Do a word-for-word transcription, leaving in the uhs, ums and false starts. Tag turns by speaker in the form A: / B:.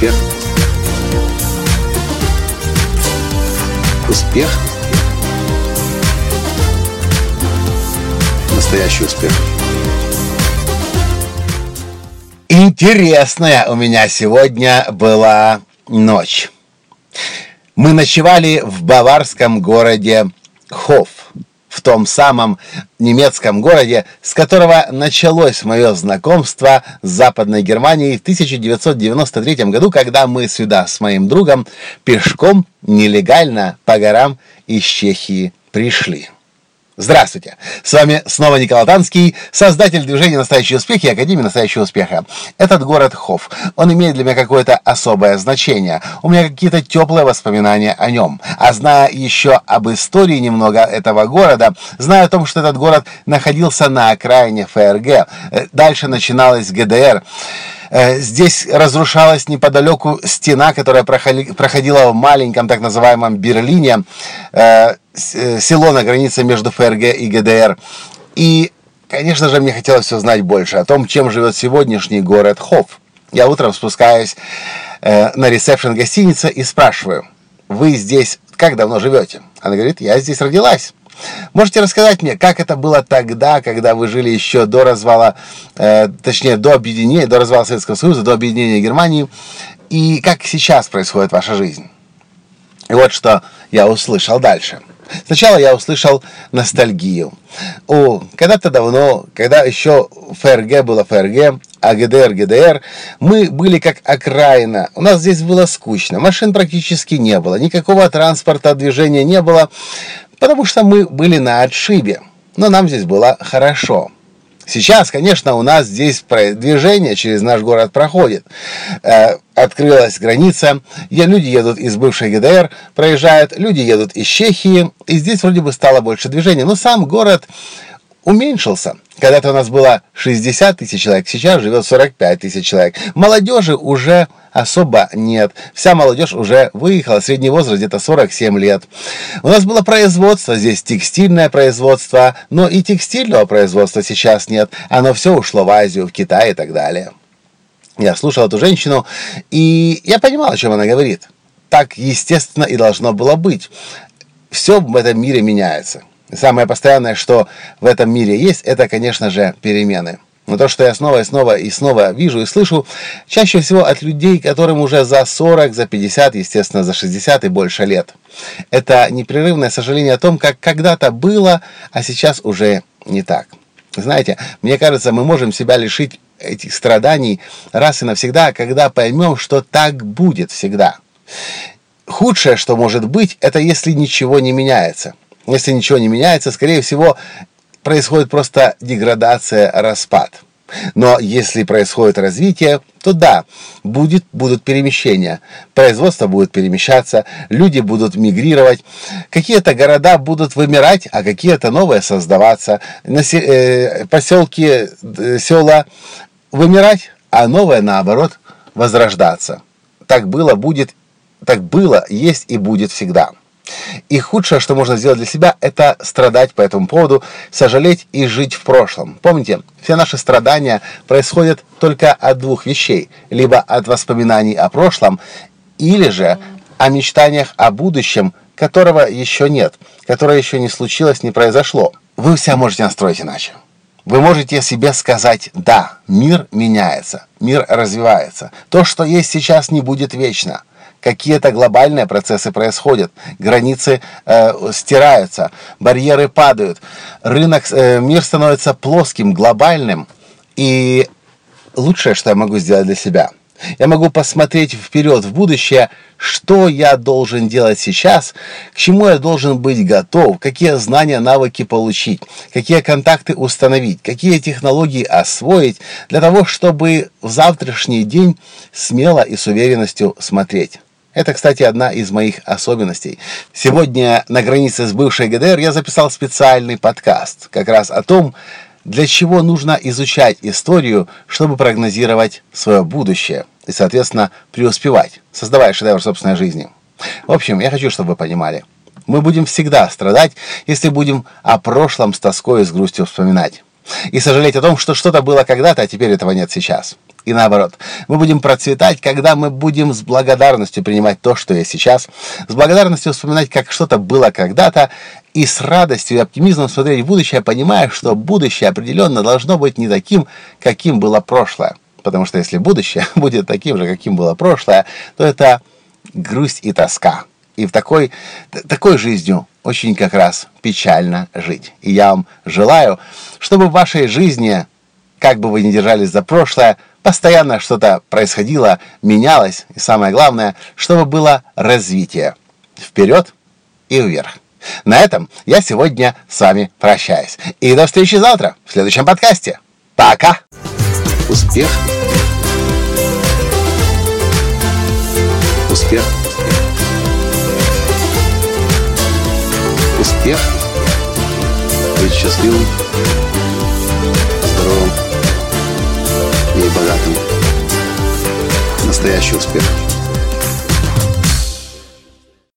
A: Успех. Успех. Настоящий успех.
B: Интересная у меня сегодня была ночь. Мы ночевали в баварском городе Хоф, в том самом немецком городе, с которого началось мое знакомство с Западной Германией в тысяча девятьсот девяносто третьем году, когда мы сюда с моим другом пешком нелегально по горам из Чехии пришли. Здравствуйте! С вами снова Николай Танский, создатель движения «Настоящий успех» и Академии «Настоящего успеха». Этот город Хоф, он имеет для меня какое-то особое значение. У меня какие-то теплые воспоминания о нем. А зная еще об истории немного этого города, зная о том, что этот город находился на окраине ФРГ, дальше начиналась ГДР, здесь разрушалась неподалеку стена, которая проходила в маленьком так называемом Берлине, село на границе между ФРГ и ГДР. И, конечно же, мне хотелось узнать больше о том, чем живет сегодняшний город Хоф. Я утром спускаюсь на ресепшн гостиницы и спрашиваю: вы здесь как давно живете? Она говорит: я здесь родилась. Можете рассказать мне, как это было тогда, когда вы жили еще до развала, э, точнее, до объединения, до развала Советского Союза, до объединения Германии, и как сейчас происходит ваша жизнь? И вот что я услышал дальше. Сначала я услышал ностальгию. О, когда-то давно, когда еще ФРГ было ФРГ, а ГДР ГДР, мы были как окраина. У нас здесь было скучно, машин практически не было, никакого транспорта, движения не было, потому что мы были на отшибе. Но нам здесь было хорошо. Сейчас, конечно, у нас здесь движение через наш город проходит. Э, открылась граница, люди едут из бывшей ГДР, проезжают, люди едут из Чехии, и здесь вроде бы стало больше движения. Но сам город уменьшился. Когда-то у нас было шестьдесят тысяч человек, сейчас живет сорок пять тысяч человек. Молодежи уже особо нет. Вся молодежь уже выехала, средний возраст где-то сорок семь лет. У нас было производство, здесь текстильное производство, но и текстильного производства сейчас нет. Оно все ушло в Азию, в Китай и так далее. Я слушал эту женщину, и я понимал, о чем она говорит. Так, естественно, и должно было быть. Все в этом мире меняется. Самое постоянное, что в этом мире есть, это, конечно же, перемены. Но то, что я снова и снова и снова вижу и слышу, чаще всего от людей, которым уже за сорок, за пятьдесят, естественно, за шестьдесят и больше лет. Это непрерывное сожаление о том, как когда-то было, а сейчас уже не так. Знаете, мне кажется, мы можем себя лишить этих страданий раз и навсегда, когда поймем, что так будет всегда. Худшее, что может быть, это если ничего не меняется. Если ничего не меняется, скорее всего, происходит просто деградация, распад. Но если происходит развитие, то да, будет, будут перемещения. Производство будет перемещаться, люди будут мигрировать, какие-то города будут вымирать, а какие-то новые создаваться. Поселки, села вымирать, а новые, наоборот, возрождаться. Так было, будет, так было, есть и будет всегда. И худшее, что можно сделать для себя, это страдать по этому поводу, сожалеть и жить в прошлом. Помните, все наши страдания происходят только от двух вещей. Либо от воспоминаний о прошлом, или же о мечтаниях о будущем, которого еще нет, которое еще не случилось, не произошло. Вы себя можете настроить иначе. Вы можете себе сказать: да, мир меняется, мир развивается. То, что есть сейчас, не будет вечно. Какие-то глобальные процессы происходят, границы э, стираются, барьеры падают, рынок, э, мир становится плоским, глобальным. И лучшее, что я могу сделать для себя, я могу посмотреть вперед, в будущее, что я должен делать сейчас, к чему я должен быть готов, какие знания, навыки получить, какие контакты установить, какие технологии освоить, для того, чтобы в завтрашний день смело и с уверенностью смотреть. Это, кстати, одна из моих особенностей. Сегодня на границе с бывшей ГДР я записал специальный подкаст как раз о том, для чего нужно изучать историю, чтобы прогнозировать свое будущее и, соответственно, преуспевать, создавая шедевр собственной жизни. В общем, я хочу, чтобы вы понимали, мы будем всегда страдать, если будем о прошлом с тоской и с грустью вспоминать. И сожалеть о том, что что-то было когда-то, а теперь этого нет сейчас. И наоборот, мы будем процветать, когда мы будем с благодарностью принимать то, что есть сейчас, с благодарностью вспоминать, как что-то было когда-то, и с радостью и оптимизмом смотреть в будущее, понимая, что будущее определенно должно быть не таким, каким было прошлое. Потому что если будущее будет таким же, каким было прошлое, то это грусть и тоска. И в такой, такой жизнью очень как раз печально жить. И я вам желаю, чтобы в вашей жизни, как бы вы ни держались за прошлое, постоянно что-то происходило, менялось. И самое главное, чтобы было развитие. Вперед и вверх. На этом я сегодня с вами прощаюсь. И до встречи завтра в следующем подкасте. Пока!
A: Успех. Успех. Успех. Быть счастливым, здоровым и богатым. Настоящий успех.